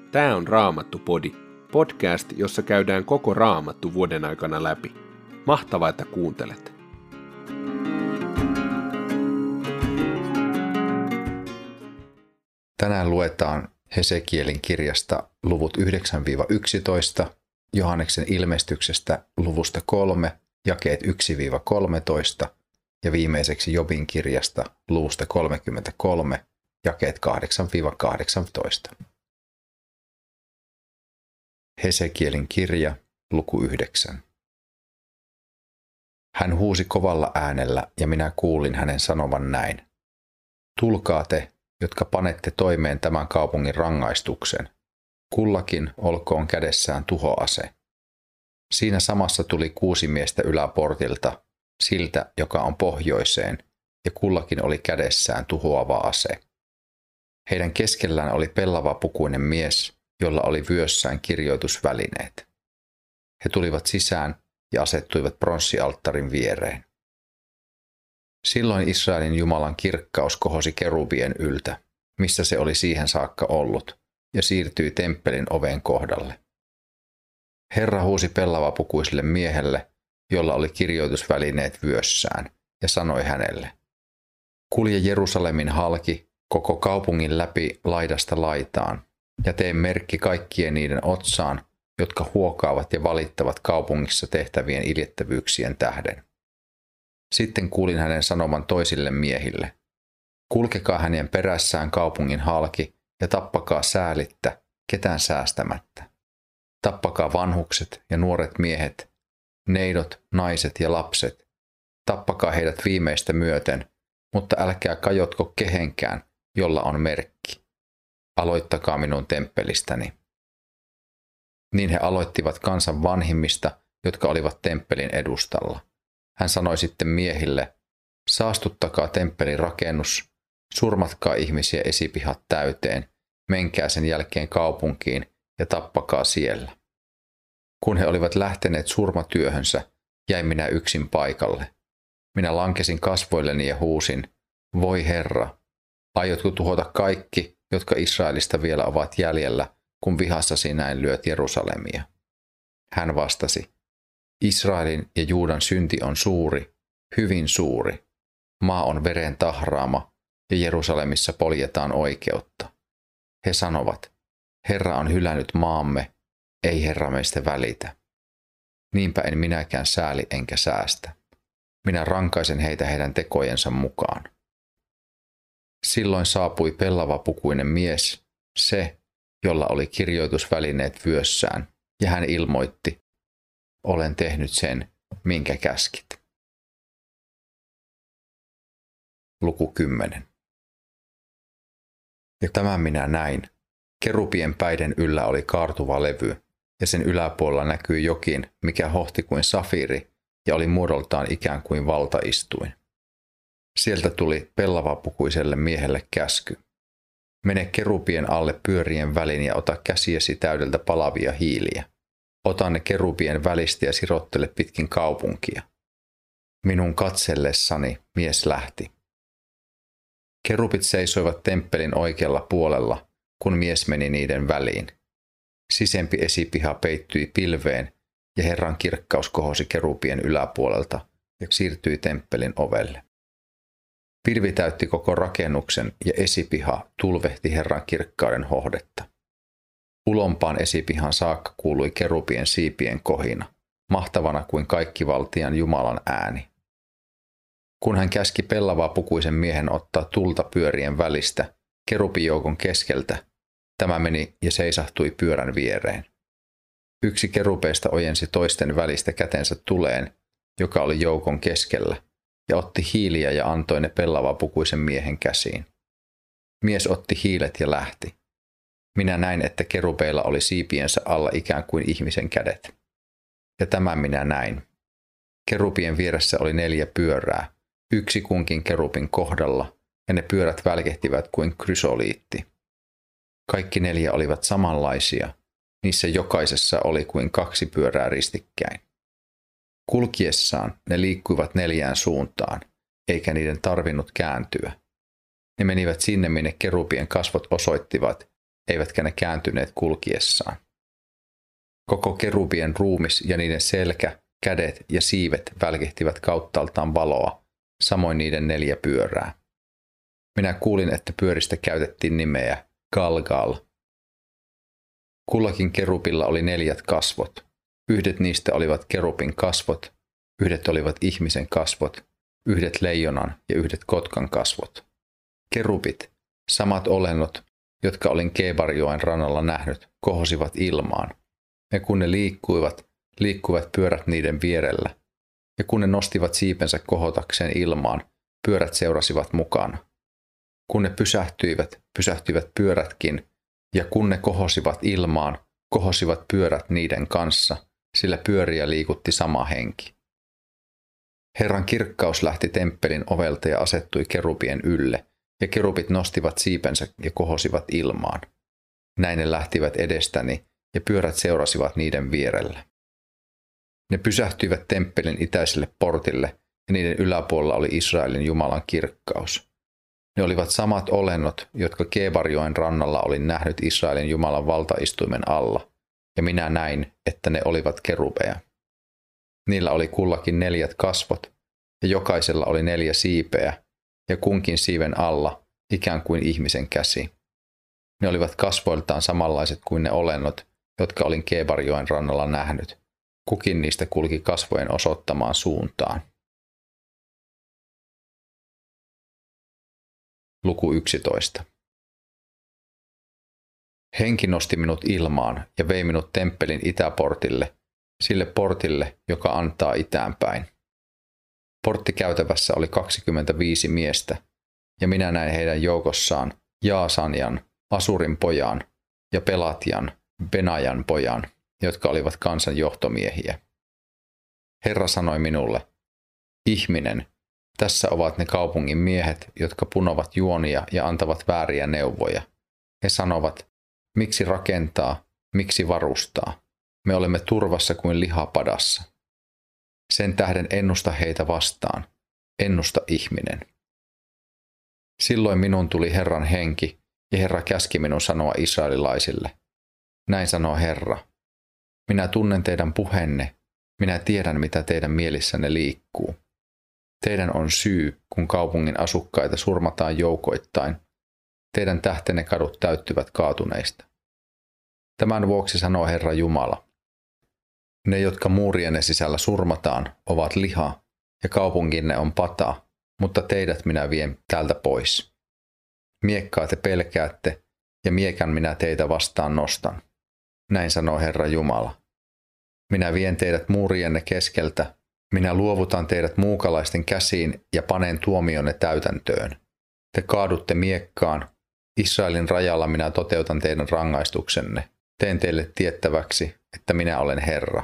Tää on Raamattu-podi, podcast, jossa käydään koko Raamattu vuoden aikana läpi. Mahtavaa, että kuuntelet! Tänään luetaan Hesekielin kirjasta luvut 9-11, Johanneksen ilmestyksestä luvusta 3, jakeet 1-13 ja viimeiseksi Jobin kirjasta luvusta 33, jakeet 8-18. Hesekielin kirja, luku 9. Hän huusi kovalla äänellä ja minä kuulin hänen sanovan näin. Tulkaa te, jotka panette toimeen tämän kaupungin rangaistuksen. Kullakin olkoon kädessään tuhoase. Siinä samassa tuli 6 miestä yläportilta, siltä, joka on pohjoiseen, ja kullakin oli kädessään tuhoava ase. Heidän keskellään oli pellavapukuinen mies, jolla oli vyössään kirjoitusvälineet. He tulivat sisään ja asettuivat pronssialttarin viereen. Silloin Israelin Jumalan kirkkaus kohosi kerubien yltä, missä se oli siihen saakka ollut, ja siirtyi temppelin oven kohdalle. Herra huusi pellavapukuiselle miehelle, jolla oli kirjoitusvälineet vyössään, ja sanoi hänelle, kulje Jerusalemin halki koko kaupungin läpi laidasta laitaan, ja tee merkki kaikkien niiden otsaan, jotka huokaavat ja valittavat kaupungissa tehtävien iljettävyyksien tähden. Sitten kuulin hänen sanoman toisille miehille, kulkekaa hänen perässään kaupungin halki ja tappakaa säälittä, ketään säästämättä. Tappakaa vanhukset ja nuoret miehet, neidot, naiset ja lapset. Tappakaa heidät viimeistä myöten, mutta älkää kajotko kehenkään, jolla on merkki. Aloittakaa minun temppelistäni. Niin he aloittivat kansan vanhimmista, jotka olivat temppelin edustalla. Hän sanoi sitten miehille, saastuttakaa temppelin rakennus, surmatkaa ihmisiä esipihat täyteen, menkää sen jälkeen kaupunkiin ja tappakaa siellä. Kun he olivat lähteneet surmatyöhönsä, jäin minä yksin paikalle. Minä lankesin kasvoilleni ja huusin, voi Herra, aiotko tuhota kaikki, jotka Israelista vielä ovat jäljellä, kun vihassasi näin lyöt Jerusalemia? Hän vastasi, Israelin ja Juudan synti on suuri, hyvin suuri. Maa on veren tahraama ja Jerusalemissa poljetaan oikeutta. He sanovat, Herra on hylännyt maamme, ei Herra meistä välitä. Niinpä en minäkään sääli enkä säästä. Minä rankaisen heitä heidän tekojensa mukaan. Silloin saapui pellavapukuinen mies, se, jolla oli kirjoitusvälineet vyössään, ja hän ilmoitti, olen tehnyt sen, minkä käskit. Luku 10. Ja tämän minä näin. Kerubien päiden yllä oli kaartuva levy, ja sen yläpuolella näkyi jokin, mikä hohti kuin safiiri, ja oli muodoltaan ikään kuin valtaistuin. Sieltä tuli pellavapukuiselle miehelle käsky. Mene kerubien alle pyörien väliin ja ota käsiesi täydeltä palavia hiiliä. Ota ne kerubien välistä ja sirottele pitkin kaupunkia. Minun katsellessani mies lähti. Kerubit seisoivat temppelin oikealla puolella, kun mies meni niiden väliin. Sisempi esipiha peittyi pilveen ja Herran kirkkaus kohosi kerubien yläpuolelta ja siirtyi temppelin ovelle. Pilvi täytti koko rakennuksen ja esipiha tulvehti Herran kirkkauden hohdetta. Ulompaan esipihan saakka kuului kerubien siipien kohina, mahtavana kuin kaikkivaltian Jumalan ääni. Kun hän käski pellavapukuisen miehen ottaa tulta pyörien välistä, kerubijoukon keskeltä, tämä meni ja seisahtui pyörän viereen. Yksi kerubeista ojensi toisten välistä kätensä tuleen, joka oli joukon keskellä, ja otti hiiliä ja antoi ne pellavapukuisen miehen käsiin. Mies otti hiilet ja lähti. Minä näin, että kerubeilla oli siipiensä alla ikään kuin ihmisen kädet. Ja tämän minä näin. Kerubien vieressä oli 4 pyörää, yksi kunkin kerubin kohdalla, ja ne pyörät välkehtivät kuin krysoliitti. Kaikki 4 olivat samanlaisia, niissä jokaisessa oli kuin 2 pyörää ristikkäin. Kulkiessaan ne liikkuivat 4 suuntaan, eikä niiden tarvinnut kääntyä. Ne menivät sinne, minne kerubien kasvot osoittivat, eivätkä ne kääntyneet kulkiessaan. Koko kerubien ruumis ja niiden selkä, kädet ja siivet välkihtivät kauttaaltaan valoa, samoin niiden 4 pyörää. Minä kuulin, että pyöristä käytettiin nimeä Galgal. Kullakin kerubilla oli 4 kasvot. Yhdet niistä olivat kerubin kasvot, yhdet olivat ihmisen kasvot, yhdet leijonan ja yhdet kotkan kasvot. Kerubit, samat olennot, jotka olin Kebarjoen rannalla nähnyt, kohosivat ilmaan. Ja kun ne liikkuivat pyörät niiden vierellä. Ja kun ne nostivat siipensä kohotakseen ilmaan, pyörät seurasivat mukana. Kun ne pysähtyivät pyörätkin, ja kun ne kohosivat ilmaan, kohosivat pyörät niiden kanssa, sillä pyöriä liikutti sama henki. Herran kirkkaus lähti temppelin ovelta ja asettui kerubien ylle, ja kerubit nostivat siipensä ja kohosivat ilmaan. Näin ne lähtivät edestäni, ja pyörät seurasivat niiden vierellä. Ne pysähtyivät temppelin itäiselle portille, ja niiden yläpuolella oli Israelin Jumalan kirkkaus. Ne olivat samat olennot, jotka Kebarjoen rannalla olin nähnyt Israelin Jumalan valtaistuimen alla, ja minä näin, että ne olivat kerubeja. Niillä oli kullakin 4 kasvot, ja jokaisella oli 4 siipeä, ja kunkin siiven alla ikään kuin ihmisen käsi. Ne olivat kasvoiltaan samanlaiset kuin ne olennot, jotka olin Kebarjoen rannalla nähnyt. Kukin niistä kulki kasvojen osoittamaan suuntaan. Luku 11. Henki nosti minut ilmaan ja vei minut temppelin itäportille, sille portille, joka antaa itäänpäin. Porttikäytävässä oli 25 miestä, ja minä näin heidän joukossaan Jaasanjan, Asurin pojan ja Pelatjan, Benajan pojan, jotka olivat kansan johtomiehiä. Herra sanoi minulle, ihminen, tässä ovat ne kaupungin miehet, jotka punovat juonia ja antavat vääriä neuvoja. He sanovat, miksi rakentaa, miksi varustaa. Me olemme turvassa kuin lihapadassa. Sen tähden ennusta heitä vastaan. Ennusta ihminen. Silloin minun tuli Herran henki, ja Herra käski minun sanoa israelilaisille. Näin sanoo Herra. Minä tunnen teidän puheenne. Minä tiedän, mitä teidän mielissänne liikkuu. Teidän on syy, kun kaupungin asukkaita surmataan joukoittain. Teidän tähtenne kadut täyttyvät kaatuneista. Tämän vuoksi sanoo Herra Jumala. Ne, jotka muurienne sisällä surmataan, ovat liha, ja kaupunginne on pata, mutta teidät minä vien täältä pois. Miekkaa te pelkäätte, ja miekan minä teitä vastaan nostan. Näin sanoo Herra Jumala. Minä vien teidät muurienne keskeltä, minä luovutan teidät muukalaisten käsiin ja panen tuomionne täytäntöön. Te kaadutte miekkaan, Israelin rajalla minä toteutan teidän rangaistuksenne. Teen teille tiettäväksi, että minä olen Herra.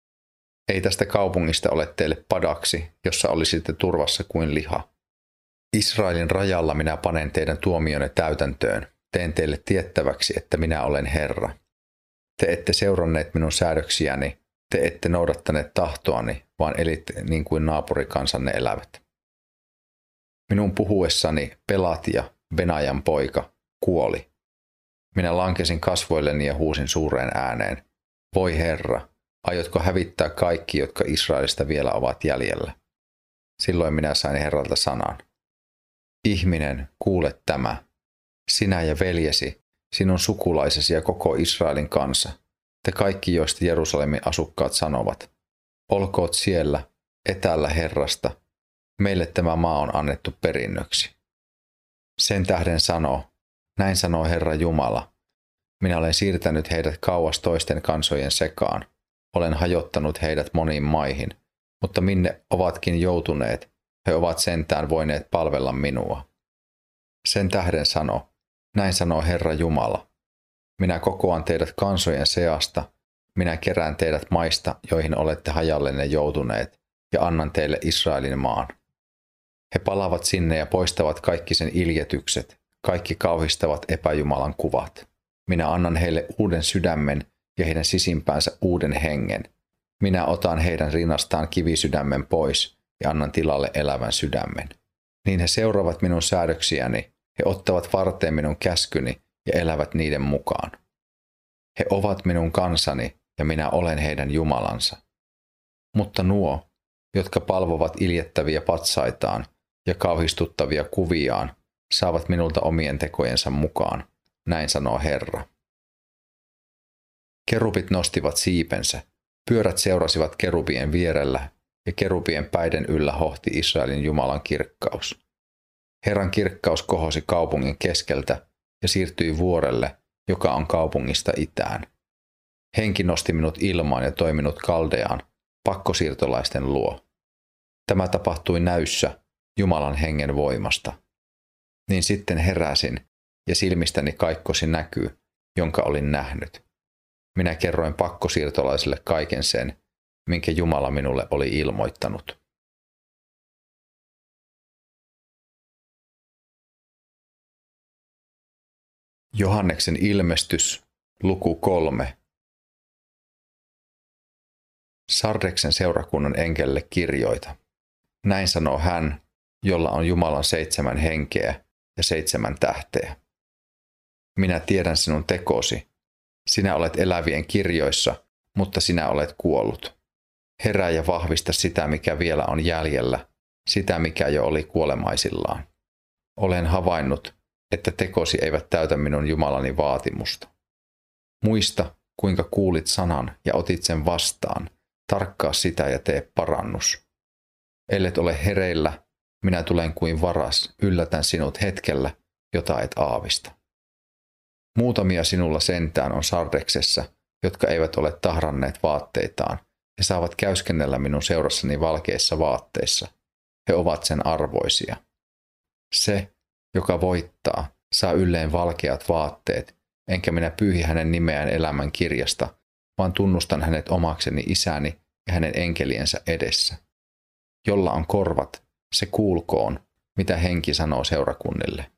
Ei tästä kaupungista ole teille padaksi, jossa olisitte turvassa kuin liha. Israelin rajalla minä panen teidän tuomionne täytäntöön. Teen teille tiettäväksi, että minä olen Herra. Te ette seuranneet minun säädöksiäni, te ette noudattaneet tahtoani, vaan elitte niin kuin naapurikansanne elävät. Minun puhuessani Pelatja, Benajan poika, kuoli. Minä lankesin kasvoilleni ja huusin suureen ääneen. Voi Herra, aiotko hävittää kaikki, jotka Israelista vielä ovat jäljellä? Silloin minä sain Herralta sanan. Ihminen, kuule tämä. Sinä ja veljesi, sinun sukulaisesi ja koko Israelin kansa. Te kaikki, joista Jerusalemin asukkaat sanovat. Olkoot siellä, etäällä Herrasta. Meille tämä maa on annettu perinnöksi. Sen tähden sanoo, näin sanoo Herra Jumala. Minä olen siirtänyt heidät kauas toisten kansojen sekaan. Olen hajottanut heidät moniin maihin, mutta minne ovatkin joutuneet, he ovat sentään voineet palvella minua. Sen tähden sano, näin sanoo Herra Jumala. Minä kokoan teidät kansojen seasta, minä kerään teidät maista, joihin olette hajallenne joutuneet, ja annan teille Israelin maan. He palaavat sinne ja poistavat kaikki sen iljetykset, kaikki kauhistavat epäjumalan kuvat. Minä annan heille uuden sydämen ja heidän sisimpäänsä uuden hengen. Minä otan heidän rinnastaan kivisydämen pois ja annan tilalle elävän sydämen. Niin he seuraavat minun säädöksiäni, he ottavat varteen minun käskyni ja elävät niiden mukaan. He ovat minun kansani ja minä olen heidän Jumalansa. Mutta nuo, jotka palvovat iljettäviä patsaitaan ja kauhistuttavia kuviaan, saavat minulta omien tekojensa mukaan, näin sanoo Herra. Kerubit nostivat siipensä, pyörät seurasivat kerubien vierellä ja kerubien päiden yllä hohti Israelin Jumalan kirkkaus. Herran kirkkaus kohosi kaupungin keskeltä ja siirtyi vuorelle, joka on kaupungista itään. Henki nosti minut ilmaan ja toi minut Kaldeaan, pakkosiirtolaisten luo. Tämä tapahtui näyssä Jumalan hengen voimasta. Niin sitten heräsin ja silmistäni kaikkosi näky, jonka olin nähnyt. Minä kerroin pakkosiirtolaisille kaiken sen, minkä Jumala minulle oli ilmoittanut. Johanneksen ilmestys, luku 3. Sardeksen seurakunnan enkelle kirjoita. Näin sanoo hän, jolla on Jumalan 7 henkeä ja 7 tähteä. Minä tiedän sinun tekosi. Sinä olet elävien kirjoissa, mutta sinä olet kuollut. Herää ja vahvista sitä, mikä vielä on jäljellä, sitä, mikä jo oli kuolemaisillaan. Olen havainnut, että tekosi eivät täytä minun Jumalani vaatimusta. Muista, kuinka kuulit sanan ja otit sen vastaan. Tarkkaa sitä ja tee parannus. Ellet ole hereillä, minä tulen kuin varas, yllätän sinut hetkellä, jota et aavista. Muutamia sinulla sentään on Sardeksessa, jotka eivät ole tahranneet vaatteitaan ja saavat käyskennellä minun seurassani valkeissa vaatteissa. He ovat sen arvoisia. Se, joka voittaa, saa ylleen valkeat vaatteet, enkä minä pyyhi hänen nimeään elämän kirjasta, vaan tunnustan hänet omakseni isäni ja hänen enkeliensä edessä. Jolla on korvat, se kuulkoon, mitä henki sanoo seurakunnille.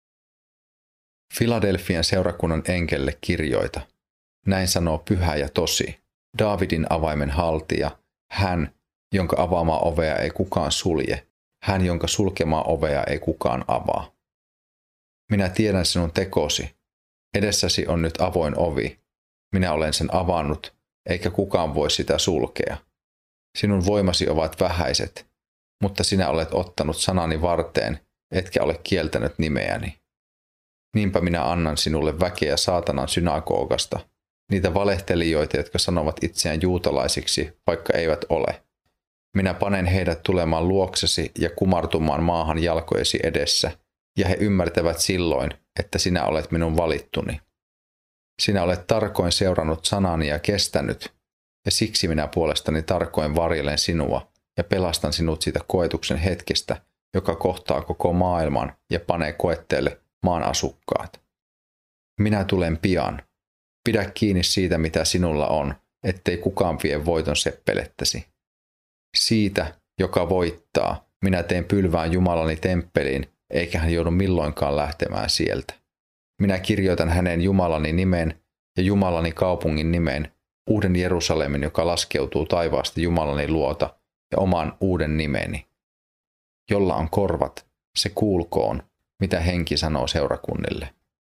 Filadelfian seurakunnan enkelle kirjoita. Näin sanoo pyhä ja tosi, Daavidin avaimen haltija, hän, jonka avaamaa ovea ei kukaan sulje, hän, jonka sulkemaa ovea ei kukaan avaa. Minä tiedän sinun tekosi. Edessäsi on nyt avoin ovi. Minä olen sen avannut, eikä kukaan voi sitä sulkea. Sinun voimasi ovat vähäiset, mutta sinä olet ottanut sanani varteen, etkä ole kieltänyt nimeäni. Niinpä minä annan sinulle väkeä saatanan synagogasta, niitä valehtelijoita, jotka sanovat itseään juutalaisiksi, vaikka eivät ole. Minä panen heidät tulemaan luoksesi ja kumartumaan maahan jalkojesi edessä, ja he ymmärtävät silloin, että sinä olet minun valittuni. Sinä olet tarkoin seurannut sanani ja kestänyt, ja siksi minä puolestani tarkoin varjelen sinua ja pelastan sinut siitä koetuksen hetkestä, joka kohtaa koko maailman ja panee koetteelle maan asukkaat. Minä tulen pian. Pidä kiinni siitä, mitä sinulla on, ettei kukaan vie voiton seppelettäsi. Siitä, joka voittaa, minä teen pylvään Jumalani temppeliin, eikä hän joudu milloinkaan lähtemään sieltä. Minä kirjoitan hänen Jumalani nimen ja Jumalani kaupungin nimen, uuden Jerusalemin, joka laskeutuu taivaasta Jumalani luota, ja oman uuden nimeni. Jolla on korvat, se kuulkoon, mitä henki sanoo seurakunnille.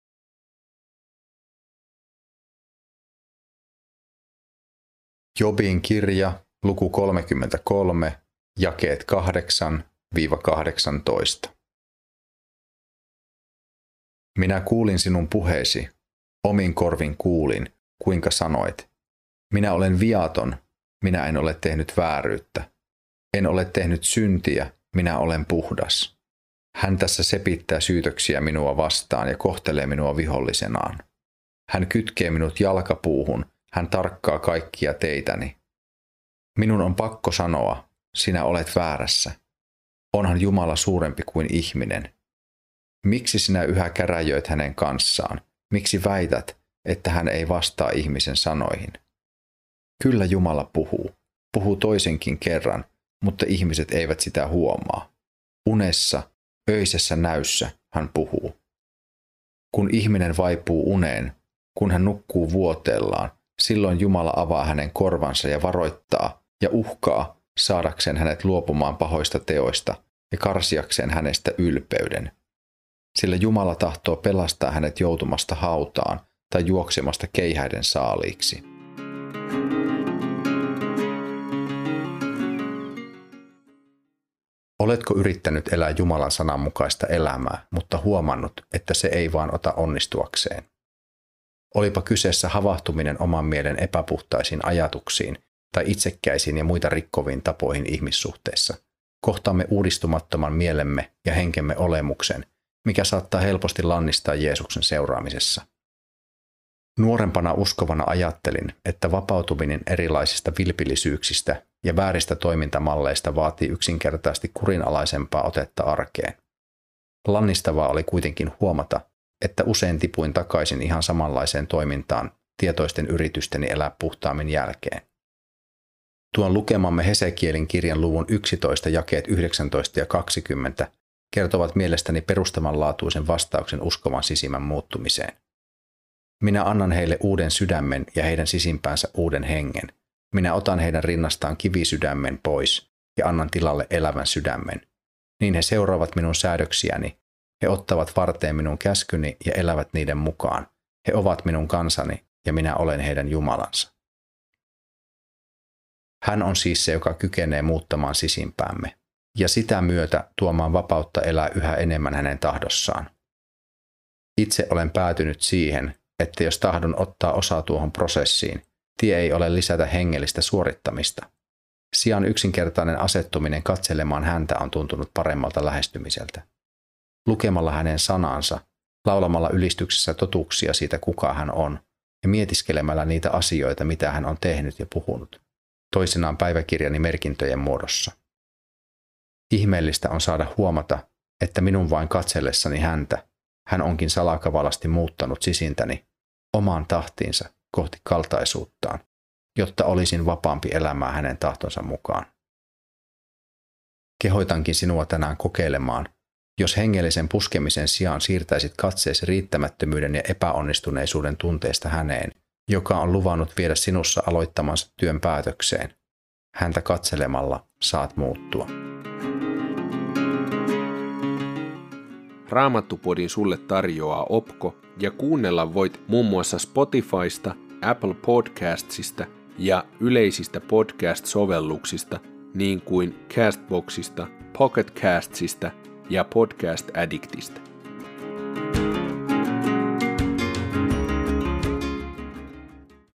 Jobin kirja, luku 33, jakeet 8-18. Minä kuulin sinun puheesi, omin korvin kuulin, kuinka sanoit. Minä olen viaton, minä en ole tehnyt vääryyttä. En ole tehnyt syntiä, minä olen puhdas. Hän tässä sepittää syytöksiä minua vastaan ja kohtelee minua vihollisenaan. Hän kytkee minut jalkapuuhun, hän tarkkaa kaikkia teitäni. Minun on pakko sanoa, sinä olet väärässä. Onhan Jumala suurempi kuin ihminen. Miksi sinä yhä käräjöit hänen kanssaan? Miksi väität, että hän ei vastaa ihmisen sanoihin? Kyllä Jumala puhuu toisenkin kerran, mutta ihmiset eivät sitä huomaa. Unessa, öisessä näyssä hän puhuu. Kun ihminen vaipuu uneen, kun hän nukkuu vuoteellaan, silloin Jumala avaa hänen korvansa ja varoittaa ja uhkaa saadakseen hänet luopumaan pahoista teoista ja karsiakseen hänestä ylpeyden. sillä Jumala tahtoo pelastaa hänet joutumasta hautaan tai juoksemasta keihäiden saaliiksi. Oletko yrittänyt elää Jumalan sanan mukaista elämää, mutta huomannut, että se ei vaan ota onnistuakseen? Olipa kyseessä havahtuminen oman mielen epäpuhtaisiin ajatuksiin tai itsekkäisiin ja muita rikkoviin tapoihin ihmissuhteissa, kohtaamme uudistumattoman mielemme ja henkemme olemuksen, mikä saattaa helposti lannistaa Jeesuksen seuraamisessa. Nuorempana uskovana ajattelin, että vapautuminen erilaisista vilpillisyyksistä ja vääristä toimintamalleista vaatii yksinkertaisesti kurinalaisempaa otetta arkeen. Lannistavaa oli kuitenkin huomata, että usein tipuin takaisin ihan samanlaiseen toimintaan tietoisten yritysteni elää puhtaammin jälkeen. Tuon lukemamme Hesekielin kirjan luvun 11 jakeet 19 ja 20 kertovat mielestäni perustavanlaatuisen vastauksen uskovan sisimmän muuttumiseen. Minä annan heille uuden sydämen ja heidän sisimpäänsä uuden hengen. Minä otan heidän rinnastaan kivisydämen pois ja annan tilalle elävän sydämen. Niin he seuraavat minun säädöksiäni. He ottavat varteen minun käskyni ja elävät niiden mukaan. He ovat minun kansani ja minä olen heidän Jumalansa. Hän on siis se, joka kykenee muuttamaan sisimpäämme ja sitä myötä tuomaan vapautta elää yhä enemmän hänen tahdossaan. Itse olen päätynyt siihen, että jos tahdon ottaa osaa tuohon prosessiin, tie ei ole lisätä hengellistä suorittamista. Sijaan yksinkertainen asettuminen katselemaan häntä on tuntunut paremmalta lähestymiseltä. Lukemalla hänen sanansa, laulamalla ylistyksessä totuuksia siitä, kuka hän on, ja mietiskelemällä niitä asioita, mitä hän on tehnyt ja puhunut, toisinaan päiväkirjani merkintöjen muodossa. Ihmeellistä on saada huomata, että minun vain katsellessani häntä, hän onkin salakavalasti muuttanut sisintäni omaan tahtiinsa kohti kaltaisuuttaan, jotta olisin vapaampi elämään hänen tahtonsa mukaan. Kehoitankin sinua tänään kokeilemaan, jos hengellisen puskemisen sijaan siirtäisit katseesi riittämättömyyden ja epäonnistuneisuuden tunteesta häneen, joka on luvannut viedä sinussa aloittamansa työn päätökseen. Häntä katselemalla saat muuttua. Raamattupodin sulle tarjoaa Opko ja kuunnella voit muun muassa Spotifysta, Apple Podcastsista ja yleisistä podcast-sovelluksista niin kuin Castboxista, Pocket Castsista ja Podcast Addictista.